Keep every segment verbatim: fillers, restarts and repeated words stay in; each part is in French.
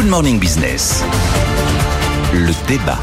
Good Morning Business. Le débat.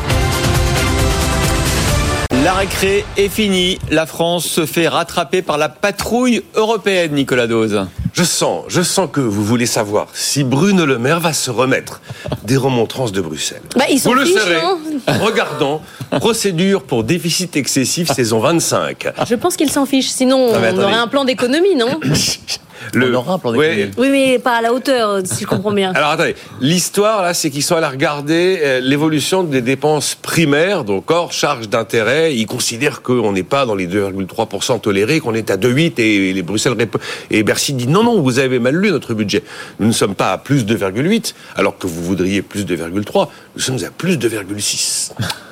La récré est finie. La France se fait rattraper par la patrouille européenne, Nicolas Dose. Je sens, je sens que vous voulez savoir si Bruno Le Maire va se remettre des remontrances de Bruxelles. Bah, ils s'en vous le fichent, saurez non en regardant Procédure pour déficit excessif saison vingt-cinq. Je pense qu'ils s'en fichent. Sinon, Non, mais on aurait attendez. un plan d'économie, non? Le... On aura un plan Ouais. d'économie. Oui, mais pas à la hauteur, si je comprends bien. Alors attendez, l'histoire là, c'est qu'ils sont allés regarder euh, l'évolution des dépenses primaires, donc hors charge d'intérêt. Ils considèrent qu'on n'est pas dans les deux virgule trois pour cent tolérés, qu'on est à deux virgule huit et les Bruxelles rép- et Bercy dit non non, vous avez mal lu notre budget. Nous ne sommes pas à plus deux virgule huit, alors que vous voudriez plus deux virgule trois. Nous sommes à plus deux virgule six.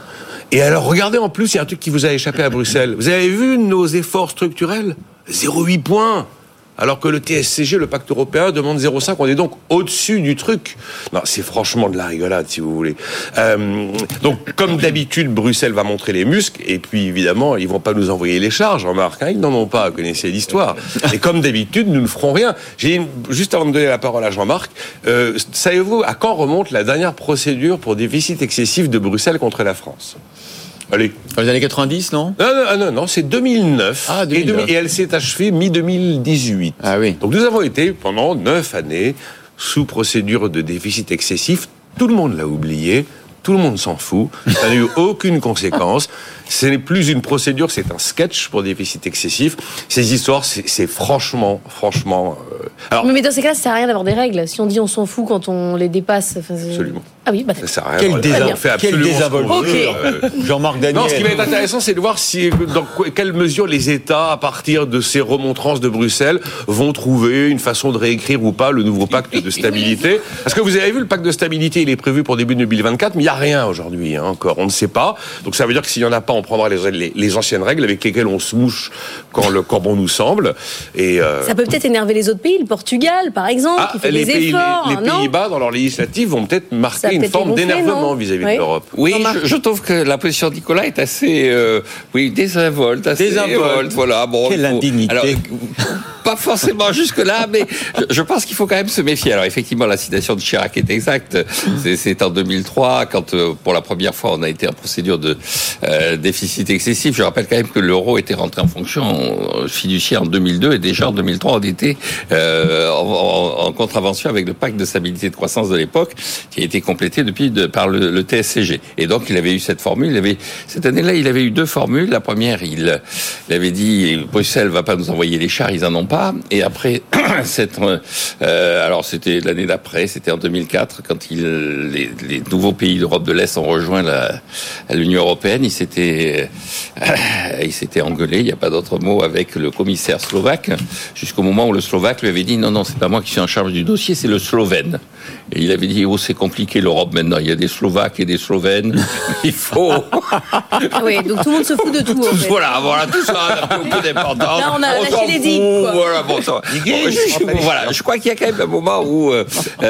Et alors regardez en plus, il y a un truc qui vous a échappé à Bruxelles. Vous avez vu nos efforts structurels ? zéro virgule huit points. Alors que le T S C G, le pacte européen, demande zéro virgule cinq. On est donc au-dessus du truc. Non, c'est franchement de la rigolade, si vous voulez. Euh, donc, comme d'habitude, Bruxelles va montrer les muscles. Et puis, évidemment, ils vont pas nous envoyer les charges, remarque. Hein, ils n'en ont pas, vous connaissez l'histoire. Et comme d'habitude, nous ne ferons rien. J'ai une... Juste avant de donner la parole à Jean-Marc, euh, savez-vous à quand remonte la dernière procédure pour déficit excessif de Bruxelles contre la France ? Allez. Dans les années quatre-vingt-dix, non ? Non, non, non, non, c'est deux mille neuf. Ah, deux mille neuf. Et, demi- et elle s'est achevée mi-deux mille dix-huit. Ah oui. Donc nous avons été pendant neuf années sous procédure de déficit excessif. Tout le monde l'a oublié. Tout le monde s'en fout. Ça n'a eu aucune conséquence. Ce n'est plus une procédure, c'est un sketch pour déficit excessif. Ces histoires, c'est, c'est franchement, franchement... Euh... Alors, Mais dans ces cas-là, ça sert à rien d'avoir des règles. Si on dit on s'en fout quand on les dépasse... Enfin, c'est... Absolument. Ah oui, bah ça sert à rien. Quel On désin- fait quelle absolument ce qu'on désinvolture. veut. Ok. Euh, Jean-Marc Daniel. Non, ce qui va être intéressant, c'est de voir si, dans quoi- quelle mesure les États, à partir de ces remontrances de Bruxelles, vont trouver une façon de réécrire ou pas le nouveau pacte de stabilité. Parce que vous avez vu, le pacte de stabilité, il est prévu pour début deux mille vingt-quatre, mais il n'y a rien aujourd'hui, hein, encore. On ne sait pas. Donc ça veut dire que s'il n'y en a pas, on prendra les, les, les anciennes règles avec lesquelles on se mouche quand, le, quand bon nous semble. Et, euh, Ça peut peut-être énerver les autres pays, le Portugal, par exemple, ah, qui fait les, des pays, efforts. les, les non Pays-Bas, dans leur législative, vont peut-être Ça marquer a une peut-être forme les gonfler, d'énervement non vis-à-vis Oui. de l'Europe. Oui, Jean-Marc. je, je trouve que la position de Nicolas est assez, euh, oui, désinvolte, assez Désinvolte. voilà. Bon, Quelle il faut- indignité. Alors, pas forcément jusque-là, mais je, je pense qu'il faut quand même se méfier. Alors, effectivement, la citation de Chirac est exacte. C'est, c'est en deux mille trois, quand euh, pour la première fois on a été en procédure de euh, déficit excessif. Je rappelle quand même que l'euro était rentré en fonction euh, fiduciaire en deux mille deux et déjà en deux mille trois on était euh, en, en, en contravention avec le pacte de stabilité et de croissance de l'époque, qui a été complété depuis de, par le, le T S C G. Et donc il avait eu cette formule. Il avait, cette année-là, il avait eu deux formules. La première, il, il avait dit Bruxelles va pas nous envoyer les chars, ils en ont pas. Et après, cette, euh, alors c'était l'année d'après, c'était en deux mille quatre, quand il, les, les nouveaux pays d'Europe de l'Est ont rejoint la, l'Union européenne, il s'était, euh, il s'était engueulé, il n'y a pas d'autre mot, avec le commissaire slovaque, jusqu'au moment où le Slovaque lui avait dit non, non, c'est pas moi qui suis en charge du dossier, c'est le Slovène. Et il avait dit oh, c'est compliqué l'Europe maintenant, il y a des Slovaques et des Slovènes, il faut. Ah oui, donc tout le monde se fout de tout, en fait. Voilà, voilà, tout ça, on a pris un peu d'importance. Là, on a lâché s'en les fout, digues, quoi. Voilà, bon, ça va. Bon, je, voilà, je crois qu'il y a quand même un moment où euh,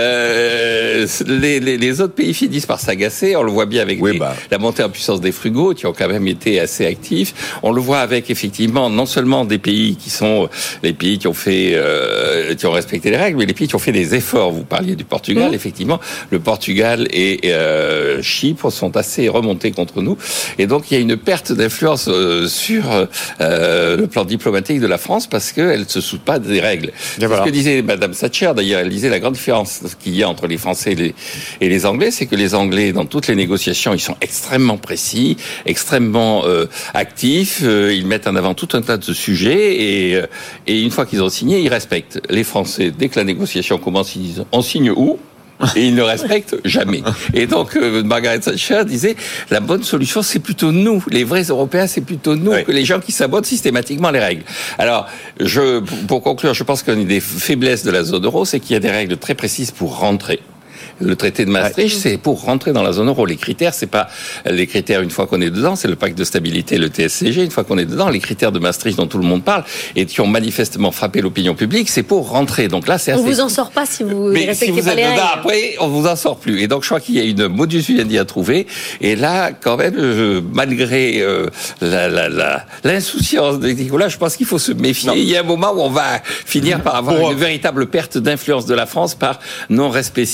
euh, les, les, les autres pays finissent par s'agacer. On le voit bien avec Oui, les- bah. la montée en puissance des frugaux, qui ont quand même été assez actifs. On le voit avec, effectivement, non seulement des pays qui sont les pays qui ont fait, euh, qui ont respecté les règles, mais les pays qui ont fait des efforts. Vous parliez du Portugal, mmh. effectivement. Le Portugal et euh, Chypre sont assez remontés contre nous. Et donc, il y a une perte d'influence euh, sur euh, le plan diplomatique de la France parce qu'elle ne se soucie pas des règles. C'est voilà. ce que disait Madame Thatcher. D'ailleurs, elle disait la grande différence qu'il y a entre les Français et les, et les Anglais, c'est que les Anglais, dans toutes les négociations, ils sont extrêmement précis, extrêmement euh, actifs. Euh, ils mettent en avant tout un tas de sujets et, euh, et une fois qu'ils ont signé, ils respectent. Les Français, dès que la négociation commence, ils disent on signe où ? Et ils ne respectent jamais. Et donc, euh, Margaret Thatcher disait, la bonne solution, c'est plutôt nous, les vrais Européens, c'est plutôt nous, oui. que les gens qui sabotent systématiquement les règles. Alors, je, pour conclure, je pense qu'une des faiblesses de la zone euro, c'est qu'il y a des règles très précises pour rentrer. Le traité de Maastricht, ouais. c'est pour rentrer dans la zone euro. Les critères, c'est pas les critères une fois qu'on est dedans, c'est le pacte de stabilité, le T S C G, une fois qu'on est dedans. Les critères de Maastricht dont tout le monde parle et qui ont manifestement frappé l'opinion publique, c'est pour rentrer. Donc là, c'est assez... On vous en sort pas si vous Mais respectez si vous pas êtes les dedans, règles. après, on vous en sort plus. Et donc, je crois qu'il y a une modus vivendi à trouver. Et là, quand même, je, malgré euh, la, la, la, l'insouciance de Nicolas, je pense qu'il faut se méfier. Non. Il y a un moment où on va finir par avoir pour... une véritable perte d'influence de la France par non-respect systématique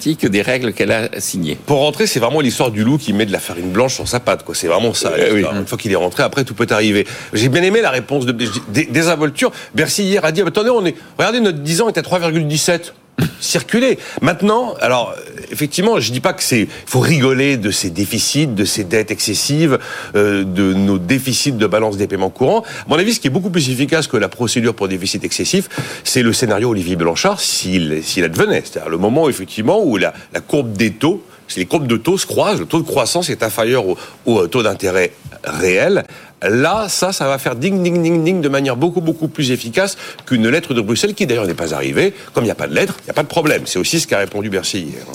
systématique des règles qu'elle a signées. Pour rentrer, c'est vraiment l'histoire du loup qui met de la farine blanche sur sa patte, quoi. C'est vraiment ça. Euh, oui. Une fois qu'il est rentré, après tout peut arriver. J'ai bien aimé la réponse de des, désinvolture. Bercy hier a dit, attendez, on est, regardez, notre dix ans est à trois virgule dix-sept. Circuler. Maintenant, alors effectivement, je dis pas que c'est, il faut rigoler de ces déficits, de ces dettes excessives, euh, de nos déficits de balance des paiements courants. À mon avis, ce qui est beaucoup plus efficace que la procédure pour déficit excessif, c'est le scénario Olivier Blanchard s'il, s'il advenait. C'est-à-dire le moment effectivement où la, la courbe des taux, les courbes de taux se croisent, le taux de croissance est inférieur au, au taux d'intérêt réel. Là, ça, ça va faire ding, ding, ding, ding de manière beaucoup, beaucoup plus efficace qu'une lettre de Bruxelles qui, d'ailleurs, n'est pas arrivée. Comme il n'y a pas de lettre, il n'y a pas de problème. C'est aussi ce qu'a répondu Bercy hier.